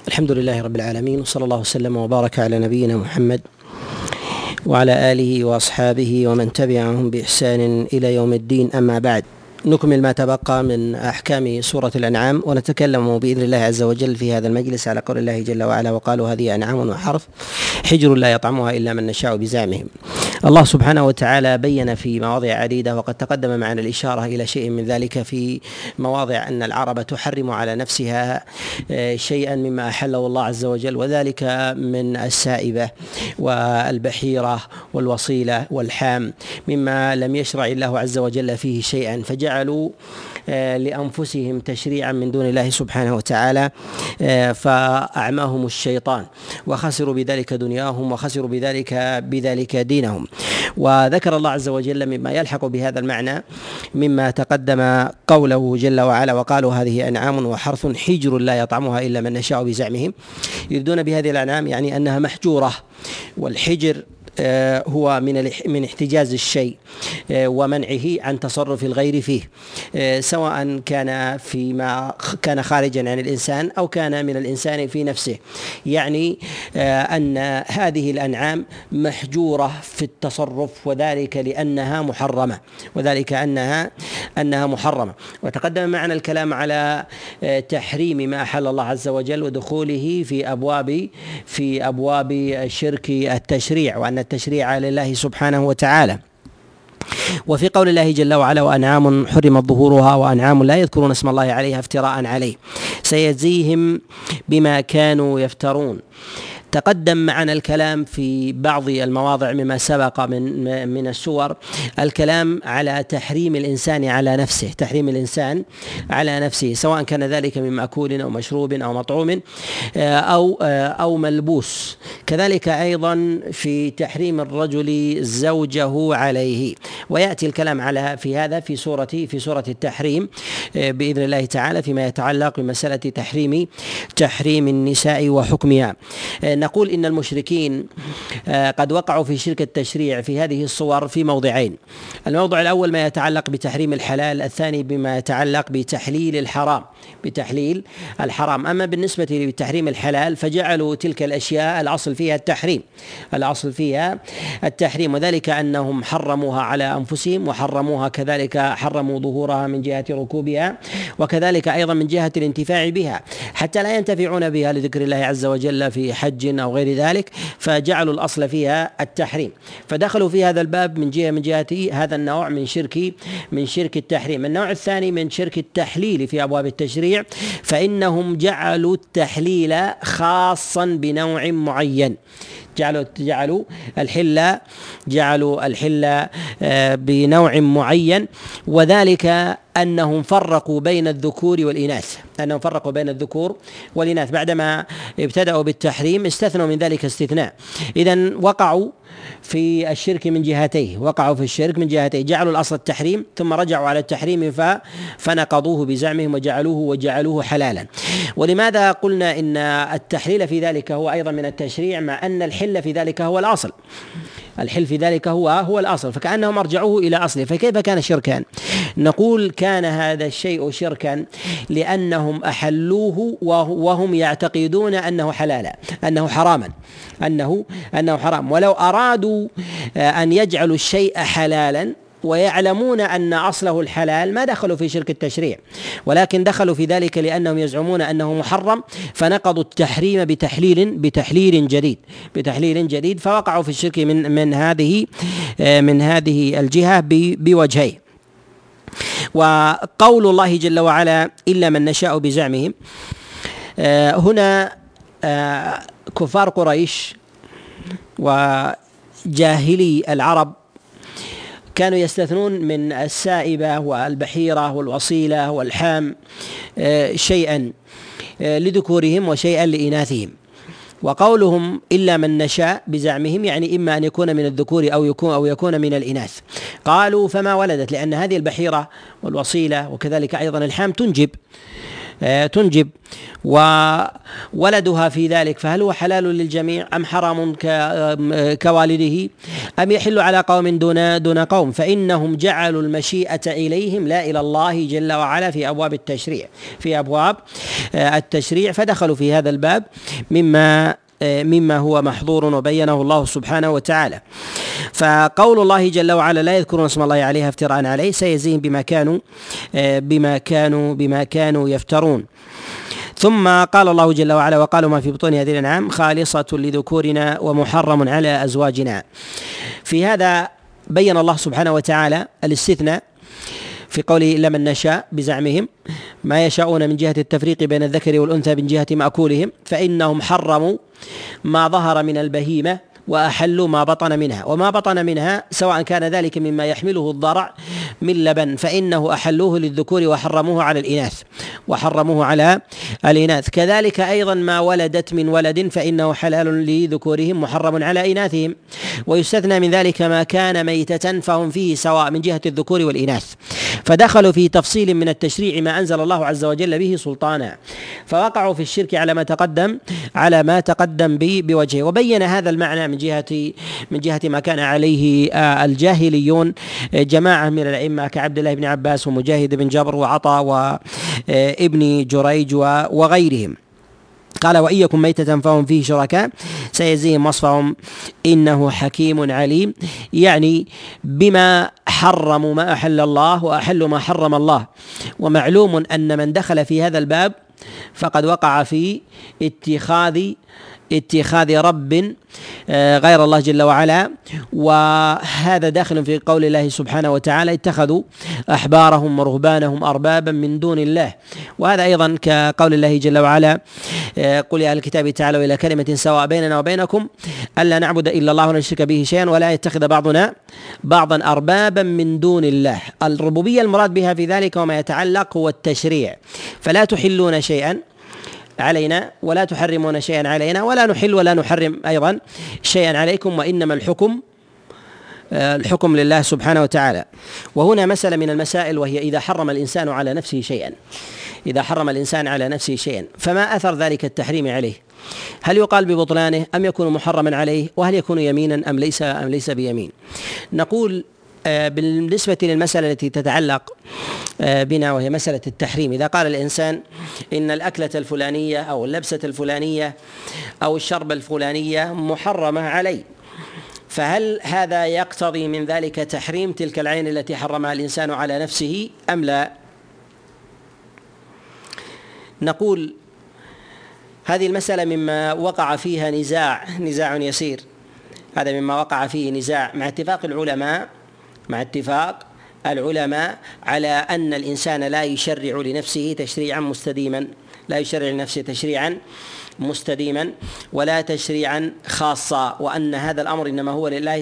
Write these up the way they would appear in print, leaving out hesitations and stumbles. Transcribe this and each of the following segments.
الحمد لله رب العالمين، وصلى الله وسلم وبارك على نبينا محمد وعلى آله وأصحابه ومن تبعهم بإحسان إلى يوم الدين. أما بعد، نكمل ما تبقى من أحكام سورة الأنعام، ونتكلم بإذن الله عز وجل في هذا المجلس على قول الله جل وعلا: وقالوا هذه أنعام وحرث حجر لا يطعمها إلا من نشاء بزعمهم. الله سبحانه وتعالى بين في مواضع عديدة، وقد تقدم معنا الإشارة إلى شيء من ذلك في مواضع أن العرب تحرم على نفسها شيئا مما أحله الله عز وجل، وذلك من السائبة والبحيرة والوصيلة والحام، مما لم يشرع الله عز وجل فيه شيئا، فجعلوا لأنفسهم تشريعا من دون الله سبحانه وتعالى، فأعماهم الشيطان وخسروا بذلك دنياهم وخسروا بذلك دينهم. وذكر الله عز وجل مما يلحق بهذا المعنى مما تقدم قوله جل وعلا: وقالوا هذه أنعام وحرث حجر لا يطعمها إلا من نشاء بزعمهم. يريدون بهذه الأنعام يعني أنها محجورة، والحجر هو من احتجاز الشيء ومنعه عن تصرف الغير فيه، سواء كان فيما كان خارجا عن الإنسان أو كان من الإنسان في نفسه. يعني أن هذه الأنعام محجورة في التصرف، وذلك لأنها محرمة. وتقدم معنا الكلام على تحريم ما أحل الله عز وجل ودخوله في أبواب شرك التشريع، وأن التشريع لله سبحانه وتعالى. وفي قول الله جل وعلا: وأنعام حرمت ظهورها وأنعام لا يذكرون اسم الله عليها افتراء عليه سيجزيهم بما كانوا يفترون. تقدم معنا الكلام في بعض المواضع مما سبق من السور الكلام على تحريم الإنسان على نفسه، سواء كان ذلك من مأكول أو مشروب أو مطعوم أو ملبوس. كذلك أيضا في تحريم الرجل زوجه عليه، ويأتي الكلام على في هذا في سورة التحريم بإذن الله تعالى، فيما يتعلق بمسألة تحريم النساء وحكمها. نقول إن المشركين قد وقعوا في شرك التشريع في هذه الصور في موضعين: الموضع الأول ما يتعلق بتحريم الحلال، الثاني بما يتعلق بتحليل الحرام. أما بالنسبة لتحريم الحلال فجعلوا تلك الأشياء الأصل فيها التحريم، وذلك أنهم حرموها على أنفسهم، وحرموها كذلك حرموا ظهورها من جهة ركوبها، وكذلك أيضا من جهة الانتفاع بها، حتى لا ينتفعون بها لذكر الله عز وجل في حج أو غير ذلك، فجعلوا الأصل فيها التحريم، فدخلوا في هذا الباب من جهة هذا النوع من شرك التحريم. النوع الثاني من شرك التحليل في أبواب التشريع، فإنهم جعلوا التحليل خاصا بنوع معين، جعلوا الحل بنوع معين، وذلك أنهم فرقوا بين الذكور والإناث بعدما ابتدأوا بالتحريم استثنوا من ذلك استثناء. إذن وقعوا في الشرك من جهتين، جعلوا الأصل التحريم ثم رجعوا على التحريم فنقضوه بزعمهم وجعلوه حلالا. ولماذا قلنا إن التحليل في ذلك هو أيضا من التشريع، مع أن الحل في ذلك هو الأصل؟ الحل في ذلك هو الأصل، فكأنهم أرجعوه إلى أصله. فكيف كان شركا؟ نقول كان هذا الشيء شركا لأنهم أحلوه وهم يعتقدون أنه حراما، أنه حرام. ولو أرادوا أن يجعلوا الشيء حلالا ويعلمون أن أصله الحلال ما دخلوا في شرك التشريع، ولكن دخلوا في ذلك لأنهم يزعمون أنه محرم، فنقضوا التحريم بتحليل جديد، فوقعوا في الشرك من هذه الجهة بوجهين. وقول الله جل وعلا: إلا من نشاء بزعمهم، هنا كفار قريش وجاهلي العرب كانوا يستثنون من السائبة والبحيرة والوصيلة والحام شيئا لذكورهم وشيئا لإناثهم. وقولهم إلا من نشاء بزعمهم يعني إما أن يكون من الذكور أو يكون من الإناث. قالوا: فما ولدت؟ لأن هذه البحيرة والوصيلة وكذلك أيضا الحام تنجب وولدها في ذلك، فهل هو حلال للجميع أم حرام كوالده، أم يحل على قوم دون قوم؟ فإنهم جعلوا المشيئة إليهم لا إلى الله جل وعلا في أبواب التشريع، فدخلوا في هذا الباب مما هو محظور وبينه الله سبحانه وتعالى. فقول الله جل وعلا لا يذكرون اسم الله عليها افتراء عليه سيجزيهم بما كانوا يفترون. ثم قال الله جل وعلا وقالوا ما في بطون هذه الأنعام خالصة لذكورنا ومحرم على أزواجنا. في هذا بين الله سبحانه وتعالى الاستثناء في قوله إلا من نشاء بزعمهم ما يشاءون من جهة التفريق بين الذكر والأنثى من جهة مأكولهم، فإنهم حرموا ما ظهر من البهيمة وأحلوا ما بطن منها، وما بطن منها سواء كان ذلك مما يحمله الضرع من لبن فإنه أحلوه للذكور وحرموه على الإناث. كذلك أيضا ما ولدت من ولد فإنه حلال لذكورهم محرم على إناثهم. ويستثنى من ذلك ما كان ميتة فهم فيه سواء من جهة الذكور والإناث، فدخلوا في تفصيل من التشريع ما أنزل الله عز وجل به سلطانا، فوقعوا في الشرك على ما تقدم بوجهه. وبين هذا المعنى من جهة ما كان عليه الجاهليون جماعة من الأئمة كعبد الله بن عباس ومجاهد بن جبر وعطاء وابن جريج وغيرهم. قال وإن يكن ميتة فهم فيه شركاء سيجزيهم وصفهم إنه حكيم عليم، يعني بما حرموا ما أحل الله وأحلوا ما حرم الله. ومعلوم أن من دخل في هذا الباب فقد وقع في اتخاذ رب غير الله جل وعلا، وهذا داخل في قول الله سبحانه وتعالى اتخذوا أحبارهم ورهبانهم أربابا من دون الله. وهذا أيضا كقول الله جل وعلا قل يا أهل الكتاب تعالوا إلى كلمة سواء بيننا وبينكم ألا نعبد إلا الله ولا نشرك به شيئا ولا يتخذ بعضنا بعضا أربابا من دون الله. الربوبية المراد بها في ذلك وما يتعلق هو التشريع، فلا تحلون شيئا علينا ولا تحرمون شيئا علينا ولا نحل ولا نحرم أيضا شيئا عليكم، وإنما الحكم لله سبحانه وتعالى. وهنا مسألة من المسائل، وهي إذا حرم الإنسان على نفسه شيئا فما أثر ذلك التحريم عليه؟ هل يقال ببطلانه أم يكون محرما عليه؟ وهل يكون يمينا أم ليس بيمين؟ نقول بالنسبة للمسألة التي تتعلق بنا وهي مسألة التحريم، إذا قال الإنسان إن الأكلة الفلانية أو اللبسة الفلانية أو الشرب الفلانية محرمة علي، فهل هذا يقتضي من ذلك تحريم تلك العين التي حرمها الإنسان على نفسه أم لا؟ نقول هذه المسألة مما وقع فيها نزاع يسير، هذا مما وقع فيه نزاع مع اتفاق العلماء على أن الإنسان لا يشرع لنفسه تشريعا مستديما ولا تشريعا خاصا، وأن هذا الأمر إنما هو لله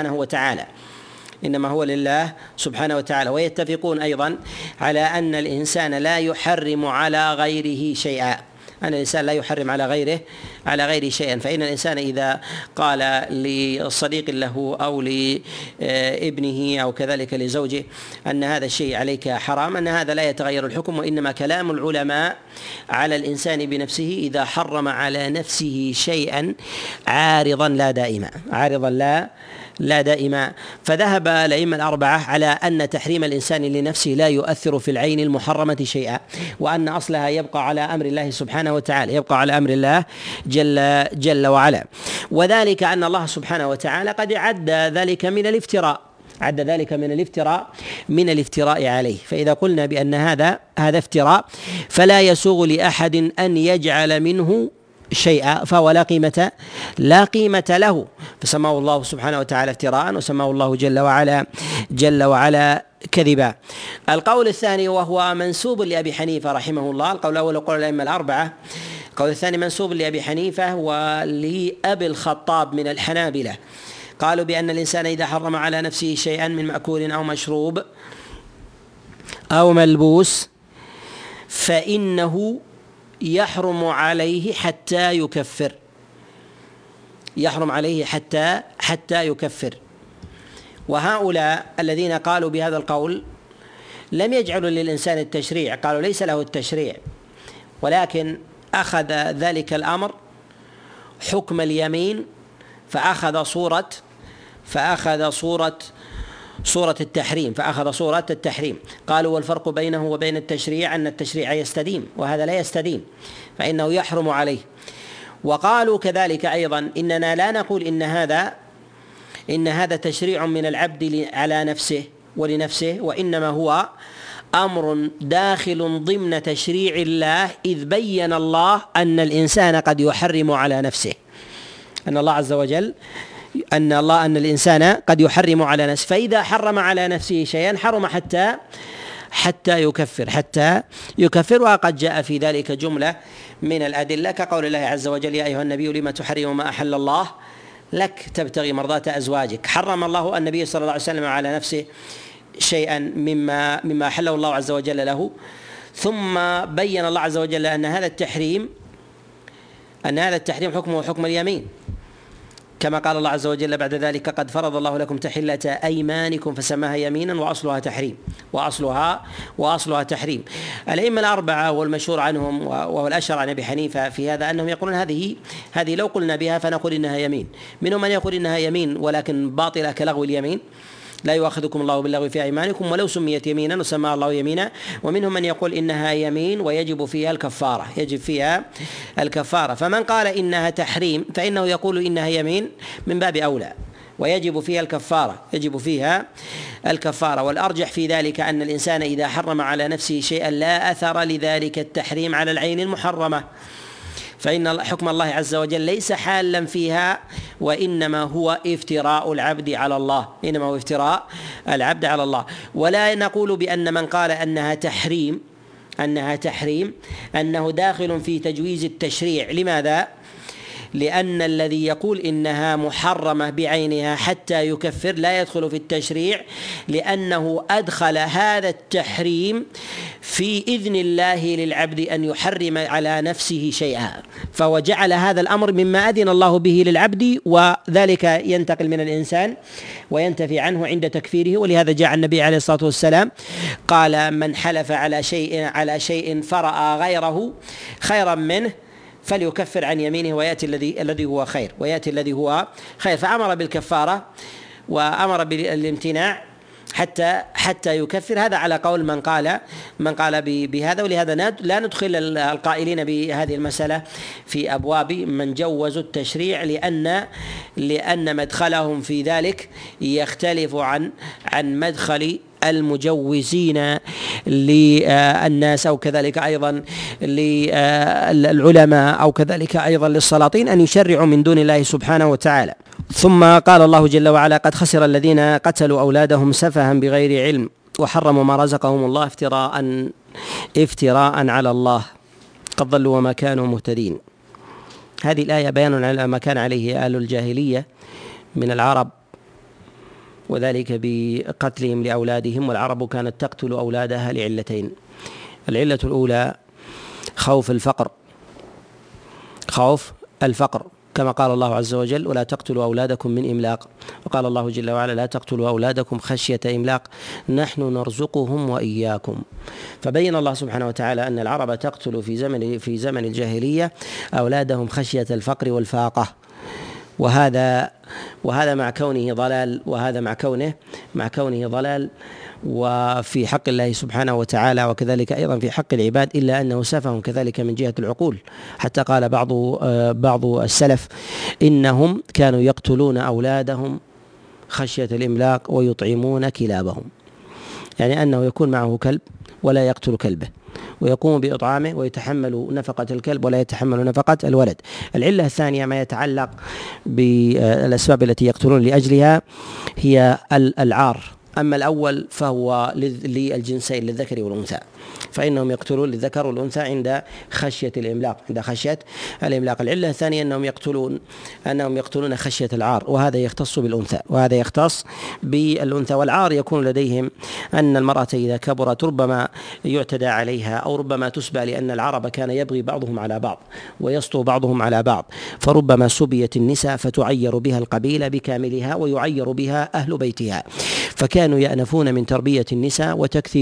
سبحانه وتعالى. ويتفقون أيضا على أن الإنسان لا يحرم على غيره شيئا، أن الإنسان لا يحرم على غيره شيئا. فإن الإنسان إذا قال لصديق له أو لابنه أو كذلك لزوجه أن هذا الشيء عليك حرام، أن هذا لا يتغير الحكم، وإنما كلام العلماء على الإنسان بنفسه إذا حرم على نفسه شيئا عارضا لا دائما. فذهب الأئمة الأربعة على أن تحريم الإنسان لنفسه لا يؤثر في العين المحرمة شيئا، وأن أصلها يبقى على أمر الله سبحانه وتعالى، يبقى على أمر الله جل وعلا. وذلك أن الله سبحانه وتعالى قد عد ذلك من الافتراء عليه. فإذا قلنا بأن هذا افتراء فلا يسوغ لأحد أن يجعل منه شيئا، فهو لا قيمة له، فسماه الله سبحانه وتعالى افتراء وسماه الله جل وعلا كذبا. القول الثاني وهو منسوب لأبي حنيفة رحمه الله، القول الأول قول الأئمة الأربعة، القول الثاني منسوب لأبي حنيفة ولأبي الخطاب من الحنابلة، قالوا بأن الإنسان إذا حرم على نفسه شيئا من مأكول أو مشروب أو ملبوس فإنه يحرم عليه حتى يكفر. وهؤلاء الذين قالوا بهذا القول لم يجعلوا للإنسان التشريع، قالوا ليس له التشريع، ولكن أخذ ذلك الأمر حكم اليمين فأخذ صورة التحريم. قالوا والفرق بينه وبين التشريع أن التشريع يستديم وهذا لا يستديم فإنه يحرم عليه. وقالوا كذلك أيضا إننا لا نقول إن هذا تشريع من العبد على نفسه ولنفسه، وإنما هو أمر داخل ضمن تشريع الله، إذ بين الله أن الإنسان قد يحرم على نفسه، أن الله عز وجل أن الإنسان قد يحرم على نفسه، فإذا حرم على نفسه شيئا حرم حتى يكفر. وقد جاء في ذلك جملة من الأدلة كقول الله عز وجل يا أيها النبي لما تحرم ما أحل الله لك تبتغي مرضات أزواجك. حرم الله النبي صلى الله عليه وسلم على نفسه شيئا مما أحله الله عز وجل له، ثم بين الله عز وجل أن هذا التحريم حكمه حكم اليمين، كما قال الله عز وجل بعد ذلك قد فرض الله لكم تحلة أيمانكم فسماها يمينا وأصلها تحريم. الأئمة الأربعة والمشهور عنهم والأشهر عن أبي حنيفة في هذا أنهم يقولون هذه لو قلنا بها فنقول إنها يمين. منهم من يقول إنها يمين ولكن باطلة كلغو اليمين، لا يؤاخذكم الله باللغو في أيمانكم ولو سميت يمينا وسماها الله يمينا. ومنهم من يقول إنها يمين ويجب فيها الكفارة. فمن قال إنها تحريم فإنه يقول إنها يمين من باب أولى ويجب فيها الكفارة. والأرجح في ذلك أن الإنسان إذا حرم على نفسه شيئا لا أثر لذلك التحريم على العين المحرمة، فإن حكم الله عز وجل ليس حالا فيها، وإنما هو افتراء العبد على الله. ولا نقول بأن من قال أنها تحريم أنه داخل في تجويز التشريع. لماذا؟ لأن الذي يقول إنها محرمة بعينها حتى يكفر لا يدخل في التشريع، لأنه أدخل هذا التحريم في إذن الله للعبد أن يحرم على نفسه شيئا، فهو جعل هذا الأمر مما أذن الله به للعبد، وذلك ينتقل من الإنسان وينتفي عنه عند تكفيره. ولهذا جاء النبي عليه الصلاة والسلام قال من حلف على شيء فرأى غيره خيرا منه فليكفر عن يمينه ويأتي الذي هو خير. فأمر بالكفارة وأمر بالامتناع حتى يكفر. هذا على قول من قال بهذا. ولهذا لا ندخل القائلين بهذه المسألة في أبواب من جوزوا التشريع، لأن مدخلهم في ذلك يختلف عن مدخل المجوزين للناس، أو كذلك أيضا للعلماء، أو كذلك أيضا للسلاطين أن يشرعوا من دون الله سبحانه وتعالى. ثم قال الله جل وعلا قد خسر الذين قتلوا أولادهم سفها بغير علم وحرموا ما رزقهم الله افتراء على الله قد ضلوا وما كانوا مهتدين. هذه الآية بيان على ما كان عليه أهل الجاهلية من العرب، وذلك بقتلهم لأولادهم. والعرب كانت تقتل أولادها لعلتين: العلة الأولى خوف الفقر كما قال الله عز وجل ولا تقتلوا أولادكم من إملاق، وقال الله جل وعلا لا تقتلوا أولادكم خشية إملاق نحن نرزقهم وإياكم. فبين الله سبحانه وتعالى أن العرب تقتل في زمن الجاهلية أولادهم خشية الفقر والفاقة، وهذا مع كونه ضلال، وهذا مع كونه ضلال وفي حق الله سبحانه وتعالى، وكذلك أيضا في حق العباد، إلا أنه سفه كذلك من جهة العقول، حتى قال بعض السلف إنهم كانوا يقتلون أولادهم خشية الإملاق ويطعمون كلابهم، يعني أنه يكون معه كلب ولا يقتل كلبه، ويقوم بإطعامه ويتحمل نفقة الكلب ولا يتحمل نفقة الولد. العلة الثانية ما يتعلق بالأسباب التي يقتلون لأجلها هي العار. أما الأول فهو للجنسين للذكر والأنثى، فإنهم يقتلون للذكر والأنثى عند خشية الإملاق. العلة الثانية أنهم يقتلون خشية العار، وهذا يختص بالأنثى. والعار يكون لديهم أن المرأة إذا كبرت ربما يعتدى عليها، أو ربما تسبى، لأن العرب كان يبغي بعضهم على بعض ويسطو بعضهم على بعض، فربما سبيت النساء فتعير بها القبيلة بكاملها ويعير بها أهل بيتها، فكان كانوا يأنفون من تربية النساء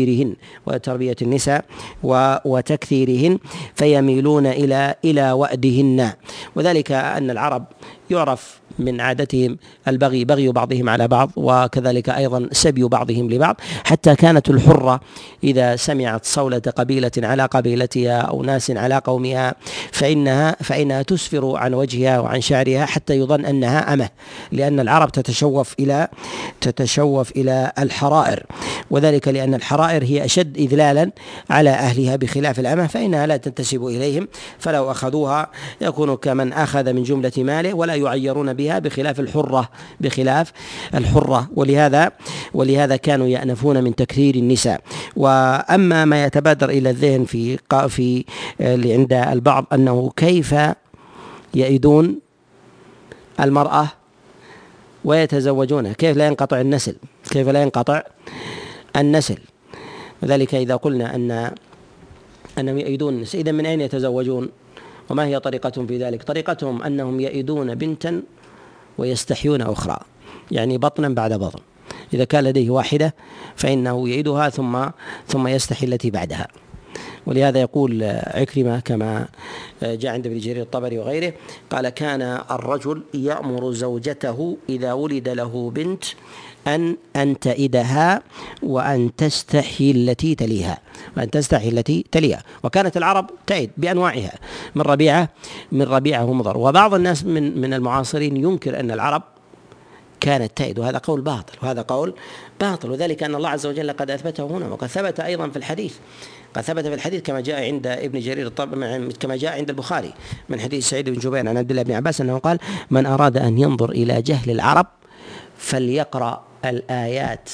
وتكثيرهن فيميلون إلى وأدهن. وذلك أن العرب يعرف من عادتهم البغي، بغي بعضهم على بعض، وكذلك أيضا سبي بعضهم لبعض، حتى كانت الحرة إذا سمعت صولة قبيلة على قبيلتها أو ناس على قومها فإنها تسفر عن وجهها وعن شعرها حتى يظن أنها أمه، لأن العرب تتشوف إلى الحرائر، وذلك لأن الحرائر هي أشد إذلالا على أهلها بخلاف الأمة، فإنها لا تنتسب إليهم، فلو أخذوها يكون كمن أخذ من جملة ماله ولا يعيرون بها بخلاف الحرة. ولهذا كانوا يأنفون من تكثير النساء. وأما ما يتبادر إلى الذهن في عند البعض أنه كيف يئدون المرأة ويتزوجونها، كيف لا ينقطع النسل. وذلك إذا قلنا أنهم يئدون النساء، إذن من أين يتزوجون؟ وما هي طريقتهم في ذلك؟ طريقتهم أنهم يئدون بنتا ويستحيون أخرى، يعني بطنا بعد بطن. إذا كان لديه واحدة فإنه يئدها ثم يستحي التي بعدها. ولهذا يقول عكرمة كما جاء عند ابن جرير الطبري وغيره قال: كان الرجل يأمر زوجته إذا ولد له بنت أن تئدها وأن تستحي التي تليها. وكانت العرب تعد بأنواعها من ربيعة ومضر. وبعض الناس من المعاصرين ينكر أن العرب كانت تعد، وهذا قول باطل. وذلك أن الله عز وجل قد أثبته هنا، وقد ثبت أيضا في الحديث، كما جاء عند ابن جرير كما جاء عند البخاري من حديث سعيد بن جبير عن عبد الله بن عباس أنه قال: من أراد أن ينظر إلى جهل العرب فليقرأ الآيات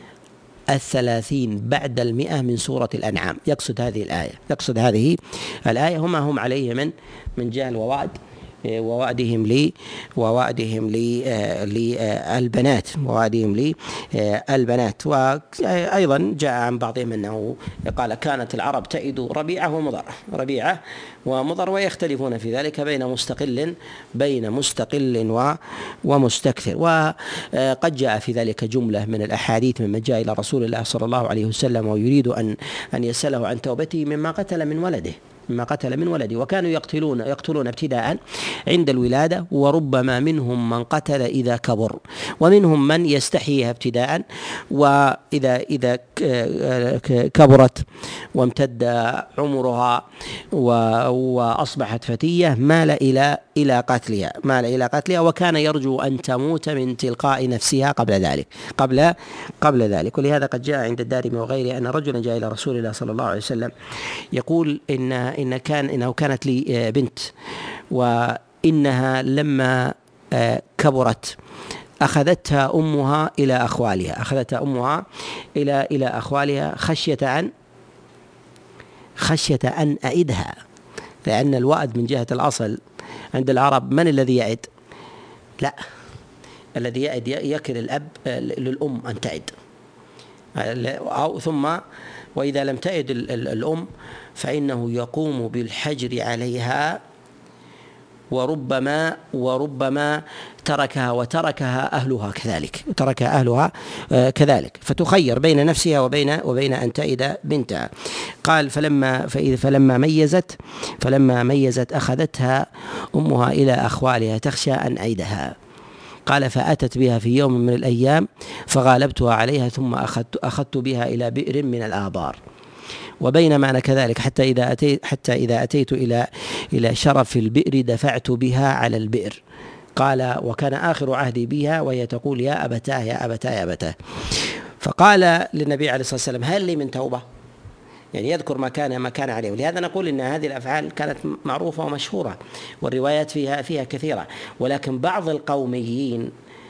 30 بعد 100 من سورة الأنعام. يقصد هذه الآية هم عليه من جهل ووعدهم للبنات. وأيضا جاء عن بعضهم أنه قال: كانت العرب تئد ربيعة ومضر، ويختلفون في ذلك بين مستقل ومستكثر. وقد جاء في ذلك جملة من الأحاديث ممن جاء إلى رسول الله صلى الله عليه وسلم ويريد أن يسأله عن توبته مما قتل من ولده، وكانوا يقتلون ابتداء عند الولادة، وربما منهم من قتل إذا كبر، ومنهم من يستحييها ابتداء، وإذا كبرت وامتد عمرها وأصبحت فتية مال إلى قتلها، وكان يرجو أن تموت من تلقاء نفسها قبل ذلك. ولهذا قد جاء عند الدارمي وغيره أن رجلا جاء إلى رسول الله صلى الله عليه وسلم يقول: إنه كانت لي بنت، وإنها لما كبرت أخذتها أمها إلى أخوالها خشية أن أعدها، لأن الوأد من جهة الأصل عند العرب من الذي يعد؟ لا، الذي يعد يكل الأب للأم أن تعد، ثم وإذا لم تعد الأم فإنه يقوم بالحجر عليها، وربما تركها أهلها كذلك، فتخير بين نفسها وبين أن تئد بنتها. قال: فلما ميزت أخذتها أمها إلى أخوالها تخشى أن أعيدها. قال: فأتت بها في يوم من الأيام فغالبتها عليها، ثم أخذت بها إلى بئر من الآبار، وبينما أنا كذلك حتى إذا أتيت إلى شرف البئر دفعت بها على البئر. قال: وكان آخر عهدي بها وهي تقول: يا أبتاه. فقال للنبي عليه الصلاة والسلام: هل لي من توبة؟ يعني يذكر ما كان عليه. ولهذا نقول إن هذه الأفعال كانت معروفة ومشهورة، والروايات فيها كثيرة، ولكن بعض القوميين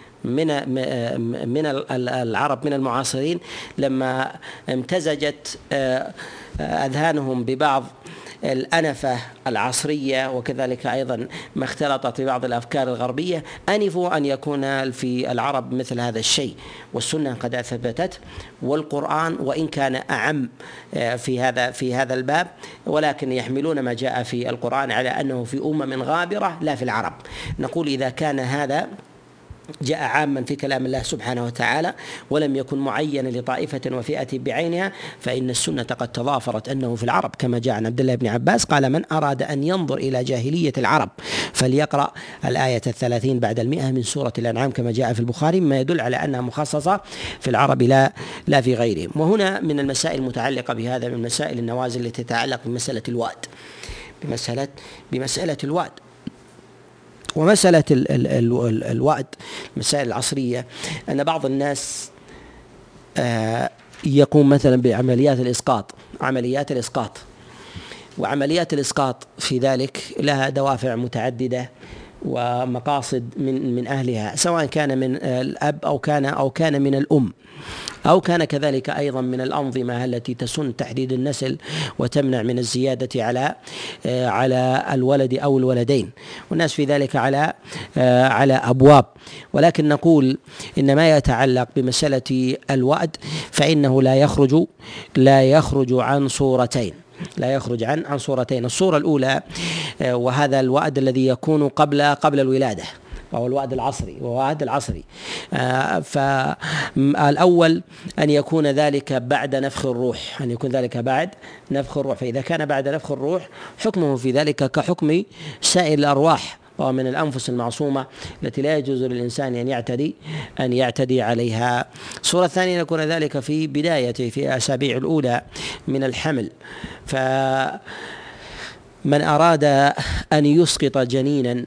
من العرب من المعاصرين لما امتزجت أذهانهم ببعض الأنفة العصرية، وكذلك أيضا ما اختلطت ببعض الأفكار الغربية، أنفوا أن يكون في العرب مثل هذا الشيء، والسنة قد أثبتت، والقرآن وإن كان أعم في هذا الباب، ولكن يحملون ما جاء في القرآن على أنه في أمم غابرة لا في العرب. نقول إذا كان هذا جاء عاما في كلام الله سبحانه وتعالى ولم يكن معينا لطائفة وفئة بعينها، فإن السنة قد تضافرت أنه في العرب، كما جاء عن عبد الله بن عباس قال: من أراد أن ينظر إلى جاهلية العرب فليقرأ الآية 30 بعد 100 من سورة الأنعام، كما جاء في البخاري، مما يدل على أنها مخصصة في العرب لا في غيرهم. وهنا من المسائل المتعلقة بهذا، من مسائل النوازل التي تتعلق بمسألة الوعد، بمسألة الوعد. ومسألة الوعد المسائل العصرية، أن بعض الناس يقوم مثلا بعمليات الإسقاط، وعمليات الإسقاط في ذلك لها دوافع متعددة ومقاصد من أهلها، سواء كان من الأب أو كان من الأم، أو كان كذلك أيضا من الأنظمة التي تسن تحديد النسل وتمنع من الزيادة على الولد أو الولدين، والناس في ذلك على أبواب. ولكن نقول إن ما يتعلق بمسألة الوعد فإنه لا يخرج عن صورتين، الصورة الأولى وهذا الوعد الذي يكون قبل الولادة، وهو الوعد العصري، فالأول أن يكون ذلك بعد نفخ الروح، فإذا كان بعد نفخ الروح حكمه في ذلك كحكم سائر الأرواح، وهو من الأنفس المعصومة التي لا يجوز للإنسان أن يعتدي عليها. الصورة الثانية يكون ذلك في بدايته، في أسابيع الأولى من الحمل، فمن أراد أن يسقط جنينا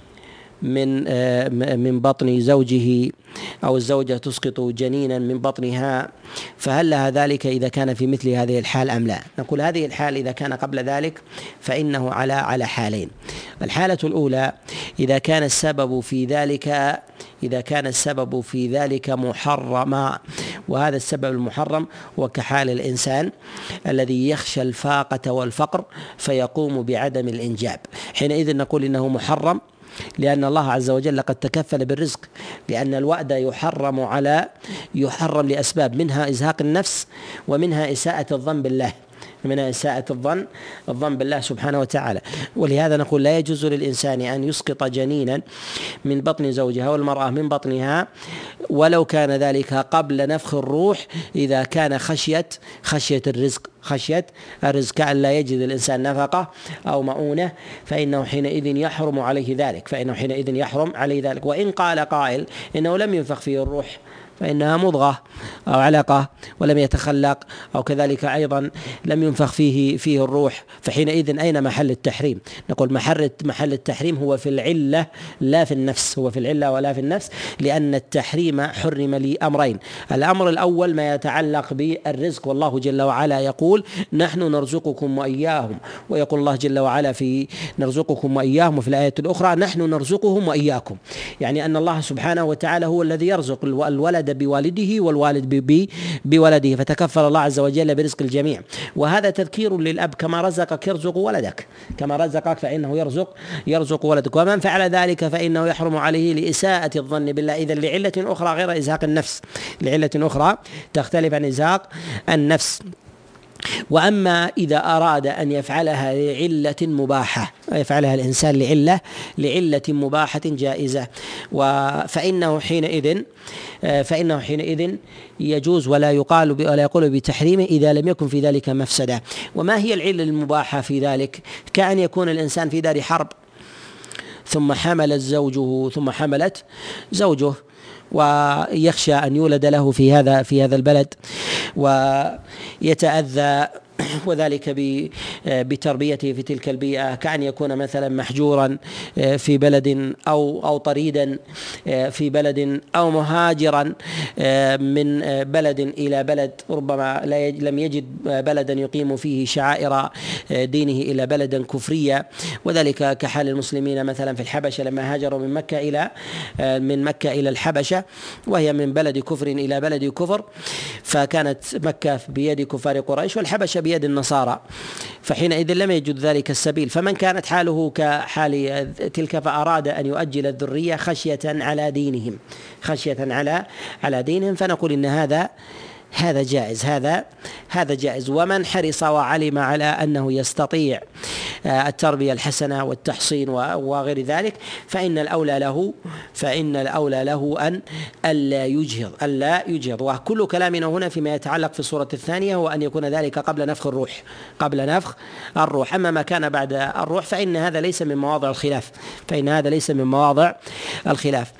من بطن زوجه، أو الزوجة تسقط جنينا من بطنها، فهل لها ذلك إذا كان في مثل هذه الحال أم لا؟ نقول هذه الحال إذا كان قبل ذلك فإنه على حالين. الحالة الأولى إذا كان السبب في ذلك محرما، وهذا السبب المحرم وكحال الإنسان الذي يخشى الفاقة والفقر فيقوم بعدم الإنجاب، حينئذ نقول إنه محرم، لأن الله عز وجل قد تكفل بالرزق، لأن الوعد يحرم لأسباب، منها إزهاق النفس، ومنها إساءة الظن بالله سبحانه وتعالى. ولهذا نقول لا يجوز للإنسان أن يسقط جنينا من بطن زوجها والمرأة من بطنها، ولو كان ذلك قبل نفخ الروح، إذا كان خشية الرزق كأن لا يجد الإنسان نفقة أو مؤونة، فإنه حينئذ يحرم عليه ذلك. وإن قال قائل إنه لم ينفخ فيه الروح، فإنها مضغة أو علقة ولم يتخلق، أو كذلك أيضا لم ينفخ فيه الروح، فحينئذ أين محل التحريم؟ نقول محل التحريم هو في العلة لا في النفس، لأن التحريم حرم لأمرين. الأمر الأول ما يتعلق بالرزق، والله جل وعلا يقول: نحن نرزقكم وإياهم، ويقول الله جل وعلا في نرزقكم وإياهم، وفي الآية الأخرى نحن نرزقهم وإياكم، يعني أن الله سبحانه وتعالى هو الذي يرزق الولد بوالده والوالد بولده، فتكفل الله عز وجل برزق الجميع. وهذا تذكير للأب: كما رزقك يرزق ولدك، فإنه يرزق ولدك، ومن فعل ذلك فإنه يحرم عليه لإساءة الظن بالله، إذن لعلة أخرى غير إزهاق النفس، لعلة أخرى تختلف عن إزهاق النفس. وأما إذا أراد أن يفعلها لعلة مباحة، يفعلها الإنسان لعلة مباحة جائزة، فإنه حينئذ يجوز، ولا يقول بتحريمه إذا لم يكن في ذلك مفسدة. وما هي العلة المباحة في ذلك؟ كأن يكون الإنسان في دار حرب، ثم حملت زوجه ويخشى أن يولد له في هذا البلد، ويتأذى وذلك بتربيته في تلك البيئة، كأن يكون مثلا محجورا في بلد أو طريدا في بلد، أو مهاجرا من بلد إلى بلد، ربما لم يجد بلدا يقيم فيه شعائر دينه إلى بلدا كفرية، وذلك كحال المسلمين مثلا في الحبشة لما هاجروا من مكة إلى الحبشة، وهي من بلد كفر إلى بلد كفر، فكانت مكة بيد كفار قريش والحبشة بيد النصارى، فحينئذ لم يجد ذلك السبيل. فمن كانت حاله كحال تلك فأراد أن يؤجل الذرية خشية على دينهم، فنقول إن هذا جائز، هذا جائز. ومن حرص وعلم على أنه يستطيع التربية الحسنة والتحصين وغير ذلك فإن الأولى له أن ألا يجهض. وكل كلامنا هنا فيما يتعلق في الصورة الثانية هو أن يكون ذلك قبل نفخ الروح. أما ما كان بعد الروح فإن هذا ليس من مواضع الخلاف.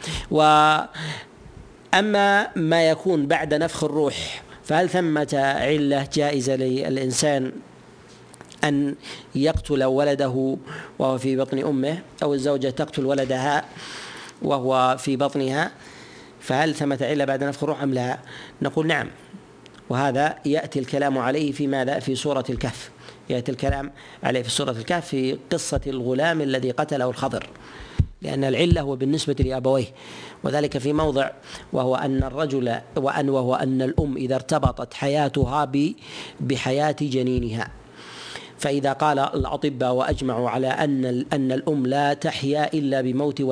وأما ما يكون بعد نفخ الروح فهل ثمة علة جائزة للإنسان أن يقتل ولده وهو في بطن أمه، أو الزوجة تقتل ولدها وهو في بطنها، فهل ثمة علة بعد نفخ الروح أم لا؟ نقول نعم، وهذا يأتي الكلام عليه في ماذا؟ في سورة الكهف. يأتي الكلام عليه في سورة الكهف في قصة الغلام الذي قتله الخضر، لأن العلة هو بالنسبة لأبويه، وذلك في موضع وهو أن الأم إذا ارتبطت حياتها بحياة جنينها، فإذا قال الأطباء وأجمعوا على أن الأم لا تحيا إلا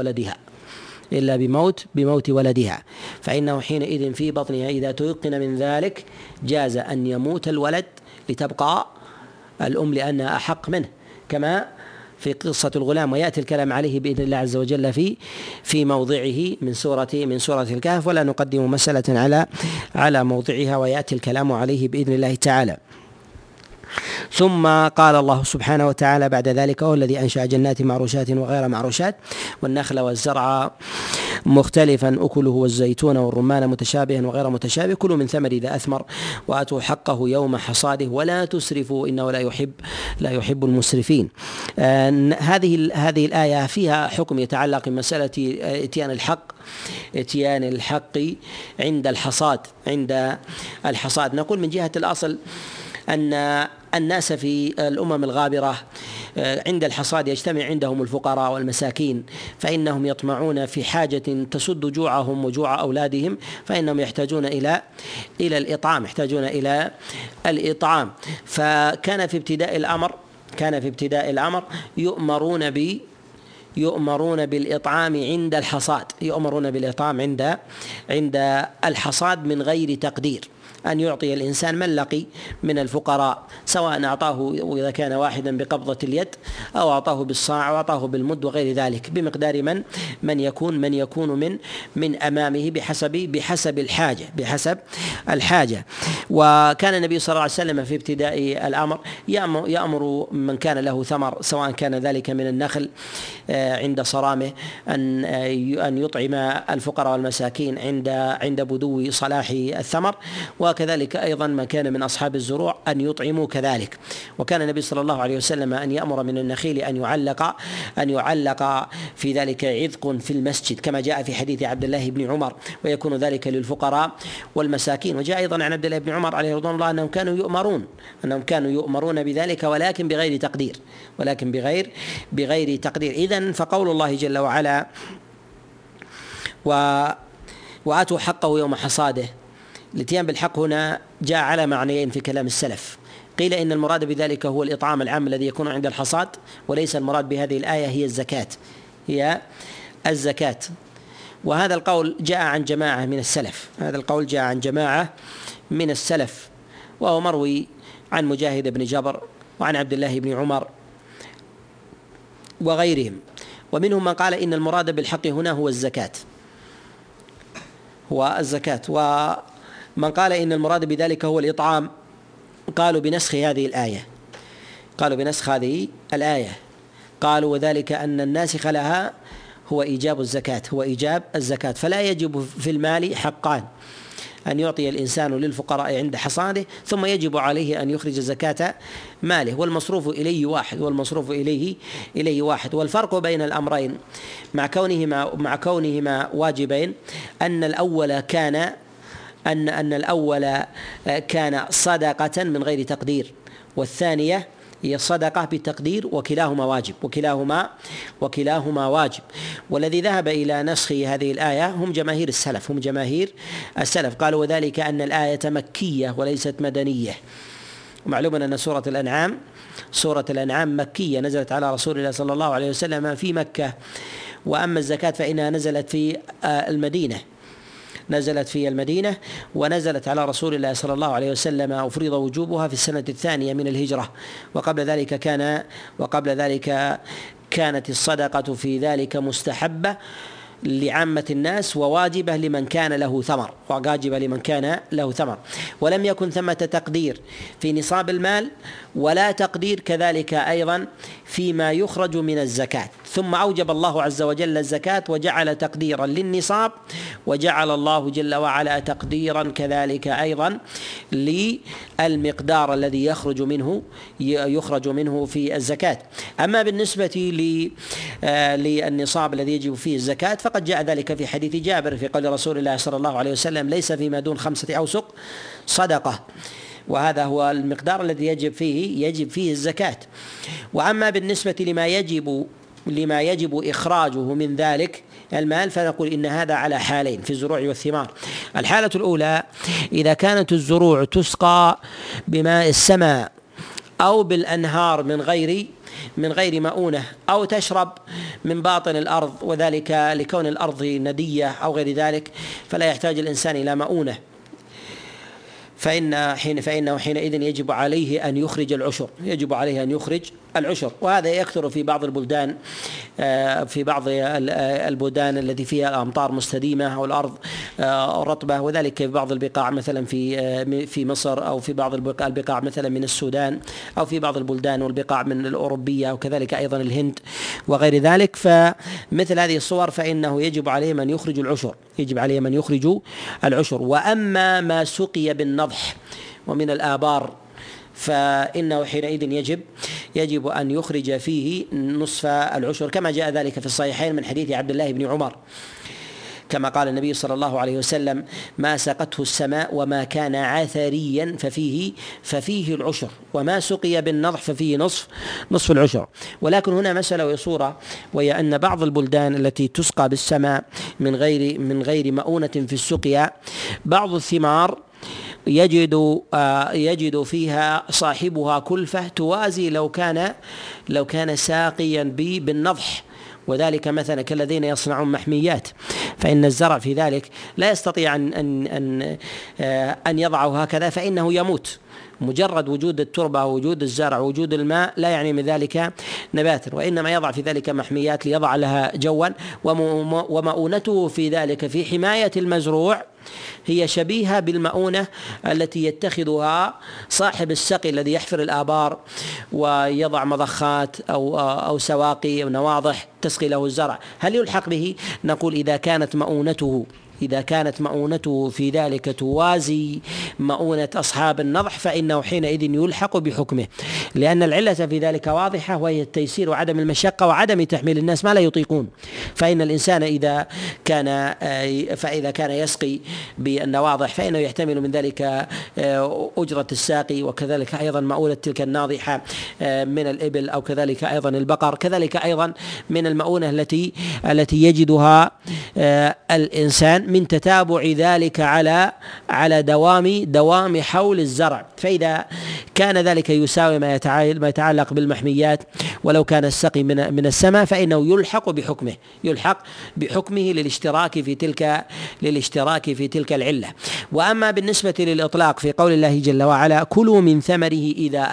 بموت ولدها، فإنه حينئذ في بطنها إذا تيقن من ذلك جاز أن يموت الولد لتبقى الأم لأنها أحق منه، كما في قصة الغلام. ويأتي الكلام عليه بإذن الله عز وجل في موضعه من سورة الكهف، ولا نقدم مسألة على موضعها، ويأتي الكلام عليه بإذن الله تعالى. ثم قال الله سبحانه وتعالى بعد ذلك: هو الذي أنشأ جنات معروشات وغير معروشات والنخل والزرع مختلفا أكله والزيتون والرمان متشابها وغير متشابه كلوا من ثمر إذا أثمر وآتوا حقه يوم حصاده ولا تسرفوا إنه لا يحب المسرفين. هذه الآية فيها حكم يتعلق بمسألة اتيان الحق عند الحصاد. نقول من جهة الأصل أن الناس في الأمم الغابرة عند الحصاد يجتمع عندهم الفقراء والمساكين، فإنهم يطمعون في حاجة تسد جوعهم وجوع أولادهم، فإنهم يحتاجون إلى الإطعام. فكان في ابتداء الأمر يؤمرون بالإطعام عند الحصاد، عند الحصاد من غير تقدير، أن يعطي الإنسان من لقي من الفقراء، سواء أعطاه إذا كان واحدا بقبضة اليد أو أعطاه بالصاع أو أعطاه بالمد وغير ذلك، بمقدار من يكون من أمامه بحسب الحاجة. وكان النبي صلى الله عليه وسلم في ابتداء الأمر يأمر من كان له ثمر، سواء كان ذلك من النخل عند صرامه أن يطعم الفقراء والمساكين عند بدو صلاح الثمر، وكذلك أيضا ما كان من أصحاب الزروع أن يطعموا كذلك. وكان النبي صلى الله عليه وسلم أن يأمر من النخيل أن يعلق في ذلك عذق في المسجد، كما جاء في حديث عبد الله بن عمر، ويكون ذلك للفقراء والمساكين. وجاء أيضا عن عبد الله بن عمر عليه رضوان الله أنهم كانوا يؤمرون بذلك ولكن بغير تقدير. إذن فقول الله جل وعلا وآتوا حقه يوم حصاده، الاتيان بالحق هنا جاء على معنيين في كلام السلف. قيل إن المراد بذلك هو الإطعام العام الذي يكون عند الحصاد، وليس المراد بهذه الآية هي الزكاة. وهذا القول جاء عن جماعة من السلف، وهو مروي عن مجاهد بن جبر وعن عبد الله بن عمر وغيرهم. ومنهم من قال إن المراد بالحق هنا هو الزكاة، ومن قال إن المراد بذلك هو الإطعام قالوا بنسخ هذه الآية، قالوا وذلك أن الناسخ لها هو إيجاب الزكاة، فلا يجب في المال حقان، أن يعطي الإنسان للفقراء عند حصاده، ثم يجب عليه أن يخرج زكاة ماله، والمصروف إليه واحد. والفرق بين الأمرين مع كونهما واجبين أن الأول كان صدقة من غير تقدير، والثانية هي صدقة بتقدير، وكلاهما واجب. والذي ذهب إلى نسخ هذه الآية هم جماهير السلف، قالوا وذلك أن الآية مكية وليست مدنية. معلوم أن سورة الأنعام مكية، نزلت على رسول الله صلى الله عليه وسلم في مكة، وأما الزكاة فإنها نزلت في المدينة. نزلت في المدينة، ونزلت على رسول الله صلى الله عليه وسلم وفرض وجوبها في السنة الثانية من الهجرة، وقبل ذلك كانت الصدقة في ذلك مستحبة لعامة الناس وواجبة لمن كان له ثمر، ولم يكن ثمة تقدير في نصاب المال ولا تقدير كذلك أيضا فيما يخرج من الزكاة. ثم أوجب الله عز وجل الزكاة وجعل تقديرا للنصاب، وجعل الله جل وعلا تقديرا كذلك أيضا للمقدار الذي يخرج منه في الزكاة. أما بالنسبة للنصاب الذي يجب فيه الزكاة فقد جاء ذلك في حديث جابر في قول رسول الله صلى الله عليه وسلم: ليس فيما دون 5 أوسق صدقة، وهذا هو المقدار الذي يجب فيه الزكاة. وأما بالنسبة لما يجب إخراجه من ذلك المال فنقول إن هذا على حالين في الزروع والثمار. الحالة الأولى إذا كانت الزروع تسقى بماء السماء أو بالأنهار من غير مؤونة، أو تشرب من باطن الأرض، وذلك لكون الأرض ندية أو غير ذلك، فلا يحتاج الإنسان إلى مؤونة، فإنه حينئذ يجب عليه أن يخرج العشر. وهذا يكثر في بعض البلدان التي فيها الأمطار مستديمة أو الأرض رطبة، وذلك في بعض البقاع مثلا في مصر، أو في بعض البقاع مثلا من السودان، أو في بعض البلدان والبقاع من الأوروبية، وكذلك أيضا الهند وغير ذلك. فمثل هذه الصور فإنه يجب عليه من يخرج العشر. وأما ما سقي بالنضح ومن الآبار فإنه حينئذ يجب أن يخرج فيه نصف العشر، كما جاء ذلك في الصحيحين من حديث عبد الله بن عمر، كما قال النبي صلى الله عليه وسلم: ما سقته السماء وما كان عثريا ففيه العشر، وما سقي بالنضح ففيه نصف العشر. ولكن هنا مسألة وصورة، وهي أن بعض البلدان التي تسقى بالسماء من غير مؤونة في السقيا، بعض الثمار يجد فيها صاحبها كلفة توازي لو كان ساقيا بالنضح، وذلك مثلا كالذين يصنعون محميات، فإن الزرع في ذلك لا يستطيع أن يضعه هكذا، فإنه يموت. مجرد وجود التربة ووجود الزرع ووجود الماء لا يعني من ذلك نباتا، وإنما يضع في ذلك محميات ليضع لها جوا، ومؤونته في ذلك في حماية المزروع هي شبيهة بالمؤونة التي يتخذها صاحب السقي الذي يحفر الآبار ويضع مضخات أو سواقي أو نواضح تسقي له الزرع. هل يلحق به؟ نقول إذا كانت مؤونته في ذلك توازي مؤونة أصحاب النضح فإنه حينئذ يلحق بحكمه، لأن العلة في ذلك واضحة، وهي التيسير وعدم المشقة وعدم تحميل الناس ما لا يطيقون. فإن الإنسان إذا كان يسقي بالنواضح فإنه يحتمل من ذلك أجرة الساقي، وكذلك أيضا مؤونة تلك الناضحة من الإبل، أو كذلك أيضا البقر، كذلك أيضا من المؤونة التي يجدها الإنسان من تتابع ذلك على دوام حول الزرع. فإذا كان ذلك يساوي ما يتعلق بالمحميات ولو كان السقي من السماء فإنه يلحق بحكمه للاشتراك في تلك العلة. وأما بالنسبة للإطلاق في قول الله جل وعلا: كلوا من ثمره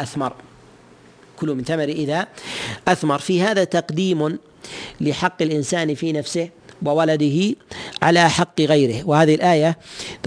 إذا أثمر، في هذا تقديم لحق الإنسان في نفسه وولده على حق غيره. وهذه الآية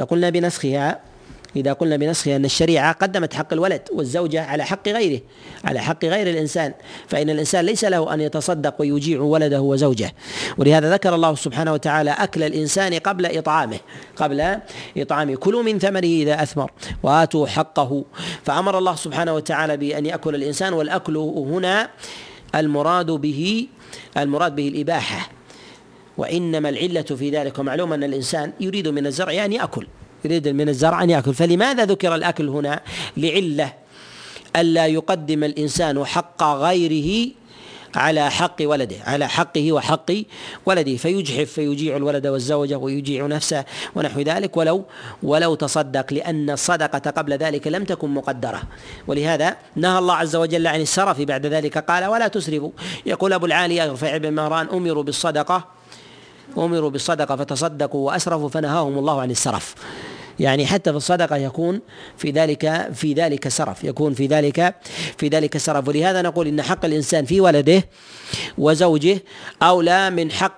إذا قلنا بنسخها أن الشريعة قدمت حق الولد والزوجة على حق غير الإنسان، فإن الإنسان ليس له أن يتصدق ويجيع ولده وزوجه. ولهذا ذكر الله سبحانه وتعالى أكل الإنسان قبل إطعامه: كلوا من ثمره إذا أثمر وآتوا حقه. فأمر الله سبحانه وتعالى بأن يأكل الإنسان، والأكل هنا المراد به الإباحة، وإنما العلة في ذلك. ومعلوم أن الإنسان يريد من الزرع أن يأكل، فلماذا ذكر الأكل هنا؟ لعلة ألا يقدم الإنسان حق غيره على حقه وحق ولده، فيجحف فيجيع الولد والزوجة ويجيع نفسه ونحو ذلك ولو تصدق، لأن الصدقة قبل ذلك لم تكن مقدرة. ولهذا نهى الله عز وجل عن السرف بعد ذلك، قال: ولا تسرفوا. يقول أبو العالية رفيع بن مهران: أمروا بالصدقة أمروا بالصدقة فتصدقوا وأسرفوا فنهاهم الله عن السرف. يعني حتى في الصدقة يكون في ذلك سرف، يكون في ذلك سرف. ولهذا نقول إن حق الإنسان في ولده وزوجه أولى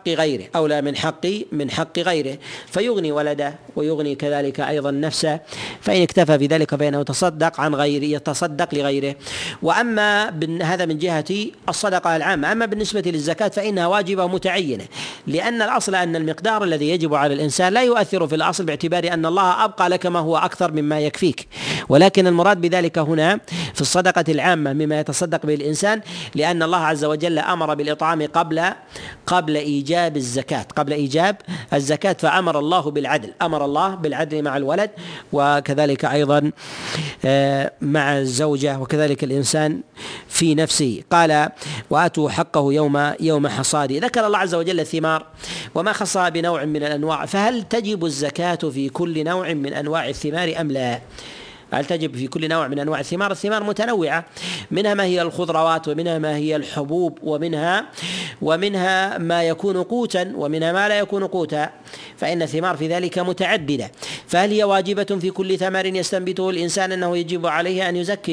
من حق غيره، فيغني ولده ويغني كذلك أيضا نفسه، فإن اكتفى بذلك فإنه يتصدق لغيره. وأما هذا من جهة الصدقة العامة. أما بالنسبة للزكاة فإنها واجبة متعينة، لأن الأصل أن المقدار الذي يجب على الإنسان لا يؤثر في الأصل، باعتبار أن الله أبقى لك ما هو أكثر مما يكفيك. ولكن المراد بذلك هنا في الصدقة العامة مما يتصدق به الإنسان، لأن الله عز وجل أمر بالإطعام قبل إيجاب الزكاة، فأمر الله بالعدل مع الولد، وكذلك أيضا مع الزوجة، وكذلك الإنسان في نفسه. قال وآتوا حقه يوم حصاده. ذكر الله عز وجل الثمار وما خصها بنوع من الأنواع، فهل تجب الزكاة في كل نوع من أنواع الثمار أم لا؟ هل تجب في كل نوع من أنواع الثمار؟ الثمار متنوعة، منها ما هي الخضروات، ومنها ما هي الحبوب، ومنها ما يكون قوتا، ومنها ما لا يكون قوتا، فإن الثمار في ذلك متعددة. فهل هي واجبة في كل ثمر يستنبته الإنسان أنه يجب عليه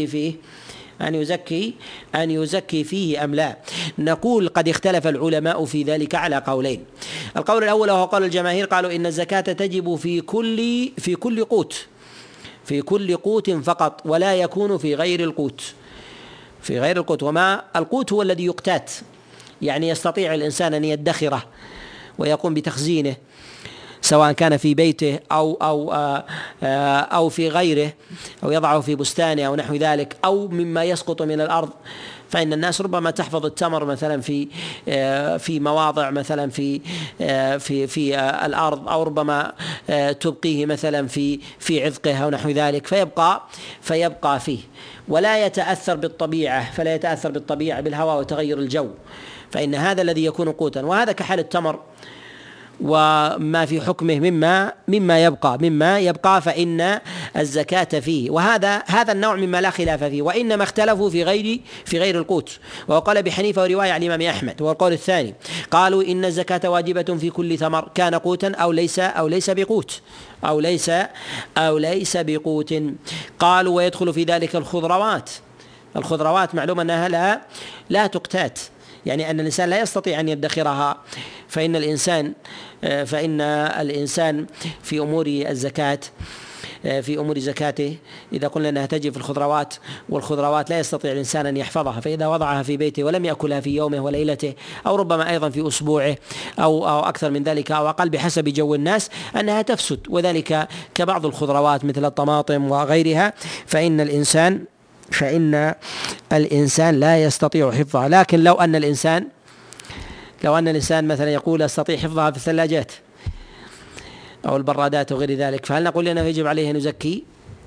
أن يزكي فيه أم لا؟ نقول قد اختلف العلماء في ذلك على قولين. القول الأول وهو قول الجماهير، قالوا إن الزكاة تجب في كل قوت فقط، ولا يكون في غير القوت. وما القوت هو الذي يقتات، يعني يستطيع الإنسان أن يدخره ويقوم بتخزينه، سواء كان في بيته أو في غيره، أو يضعه في بستانه أو نحو ذلك، أو مما يسقط من الأرض. فإن الناس ربما تحفظ التمر مثلا في مواضع مثلا في الأرض، أو ربما تبقيه مثلا في عذقه أو نحو ذلك، فيبقى فيه ولا يتأثر بالطبيعة بالهواء وتغير الجو، فإن هذا الذي يكون قوتا. وهذا كحال التمر وما في حكمه مما يبقى فإن الزكاة فيه. وهذا النوع مما لا خلاف فيه، وإنما اختلفوا في غير القوت. وقال أبي حنيفة ورواية عن الإمام أحمد، والقول الثاني قالوا إن الزكاة واجبة في كل ثمر كان قوتا أو ليس بقوت. قالوا ويدخل في ذلك الخضروات معلوم أنها لا تقتات، يعني أن الإنسان لا يستطيع أن يدخرها، فإن الإنسان في أمور زكاته إذا قلنا أنها تجب في الخضروات، والخضروات لا يستطيع الإنسان أن يحفظها، فإذا وضعها في بيته ولم يأكلها في يومه وليلته، أو ربما أيضا في أسبوعه أو أكثر من ذلك أو أقل بحسب جو الناس، أنها تفسد، وذلك كبعض الخضروات مثل الطماطم وغيرها، فإن الإنسان لا يستطيع حفظها. لكن لو أن الإنسان مثلا يقول أستطيع حفظها في الثلاجات أو البرادات وغير ذلك، فهل نقول أنه يجب عليه أن يزكي؟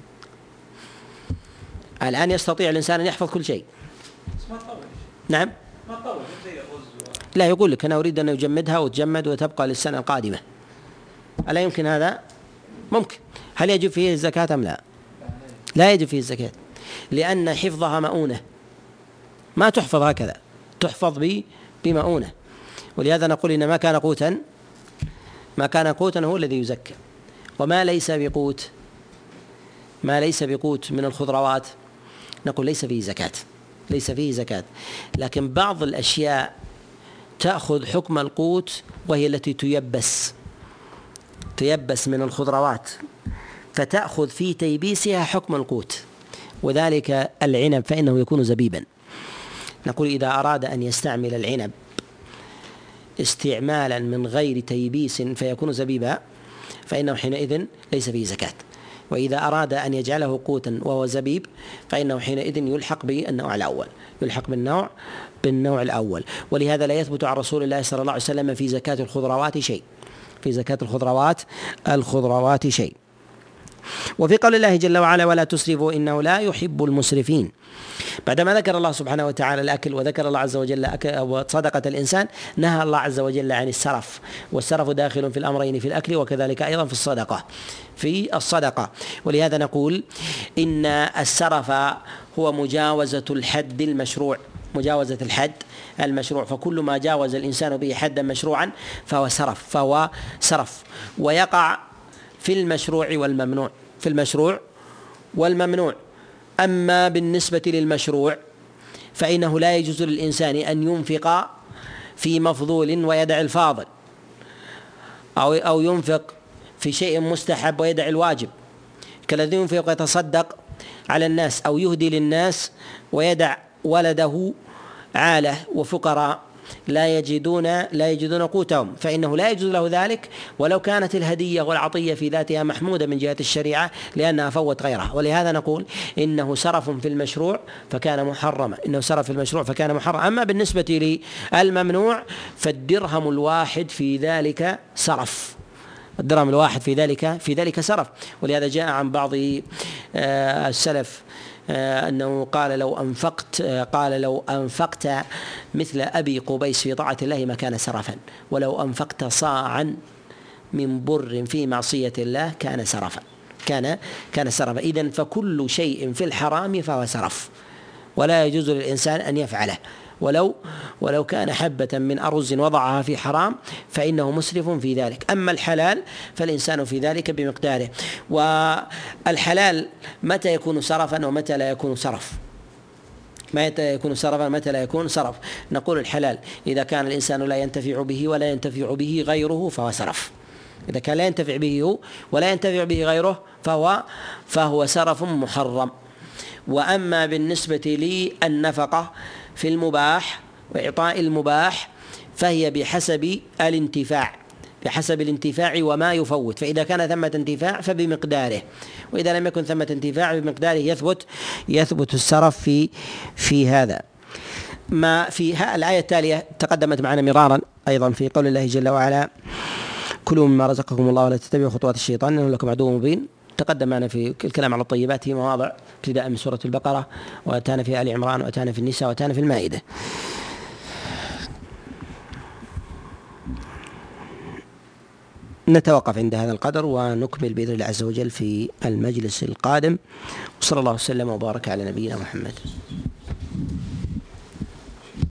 الآن يستطيع الإنسان أن يحفظ كل شيء. نعم، لا، يقول لك أنا أريد أن يجمدها وتجمد وتبقى للسنة القادمة، ألا يمكن هذا؟ ممكن. هل يجب فيه الزكاة أم لا؟ لا يجب فيه الزكاة، لأن حفظها مؤونة، ما تحفظ هكذا، تحفظ بمؤونة. ولهذا نقول إن ما كان قوتا هو الذي يزكى. وما ليس بقوت من الخضروات نقول ليس فيه زكاة. لكن بعض الأشياء تأخذ حكم القوت، وهي التي تيبس من الخضروات، فتأخذ في تيبيسها حكم القوت، وذلك العنب فإنه يكون زبيبا. نقول إذا أراد أن يستعمل العنب استعمالا من غير تيبيس فيكون زبيبا، فإنه حينئذ ليس فيه زكاة. وإذا أراد أن يجعله قوتا وهو زبيب فإنه حينئذ يلحق بالنوع الأول. ولهذا لا يثبت عن رسول الله صلى الله عليه وسلم في زكاة الخضروات شيء. وفي قول الله جل وعلا ولا تسرفوا إنه لا يحب المسرفين، بعدما ذكر الله سبحانه وتعالى الأكل وذكر الله عز وجل صدقة الإنسان، نهى الله عز وجل عن السرف، والسرف داخل في الأمرين، في الأكل وكذلك أيضا في الصدقة. ولهذا نقول إن السرف هو مجاوزة الحد المشروع، مجاوزة الحد المشروع، فكل ما جاوز الإنسان به حدا مشروعا فهو سرف. ويقع في المشروع والممنوع، في المشروع والممنوع. أما بالنسبة للمشروع فإنه لا يجوز للإنسان أن ينفق في مفضول ويدع الفاضل، أو ينفق في شيء مستحب ويدع الواجب، كالذي ينفق ويتصدق على الناس أو يهدي للناس ويدع ولده عالة وفقراء لا يجدون قوتهم، فإنه لا يجوز له ذلك ولو كانت الهدية والعطية في ذاتها محمودة من جهة الشريعة لأنها فوت غيرها. ولهذا نقول إنه سرف في المشروع فكان محرما، إنه سرف في المشروع فكان محرما. أما بالنسبة للممنوع فالدرهم الواحد في ذلك سرف، الدرهم الواحد في ذلك سرف. ولهذا جاء عن بعض السلف أنه قال لو أنفقت مثل أبي قبيس في طاعة الله ما كان سرفا، ولو أنفقت صاعا من بر في معصية الله كان سرفا، كان سرفا. إذن فكل شيء في الحرام فهو سرف، ولا يجوز للإنسان أن يفعله، ولو كان حبة من أرز وضعها في حرام فإنه مسرف في ذلك. أما الحلال فالإنسان في ذلك بمقداره. والحلال متى يكون سرفا ومتى لا يكون سرف؟ متى يكون سرفا ومتى لا يكون سرف؟ نقول الحلال إذا كان الإنسان لا ينتفع به ولا ينتفع به غيره فهو سرف. إذا كان لا ينتفع به ولا ينتفع به غيره فهو سرف محرم. وأما بالنسبة للنفقة في المباح وإعطاء المباح فهي بحسب الانتفاع وما يفوت، فإذا كان ثمة انتفاع فبمقداره، وإذا لم يكن ثمة انتفاع بمقداره يثبت السرف في هذا. ما في الآية التالية تقدمت معنا مرارا أيضا في قول الله جل وعلا: كلوا مما رزقكم الله ولا تتبعوا خطوات الشيطان إنه لكم عدو مبين. تقدم معنا في الكلام على الطيبات في مواضع ابتداء من سورة البقرة، وأتانا في آل عمران، وأتانا في النساء، وأتانا في المائدة. نتوقف عند هذا القدر ونكمل بإذن الله عز وجل في المجلس القادم. وصلى الله وسلم وبارك على نبينا محمد.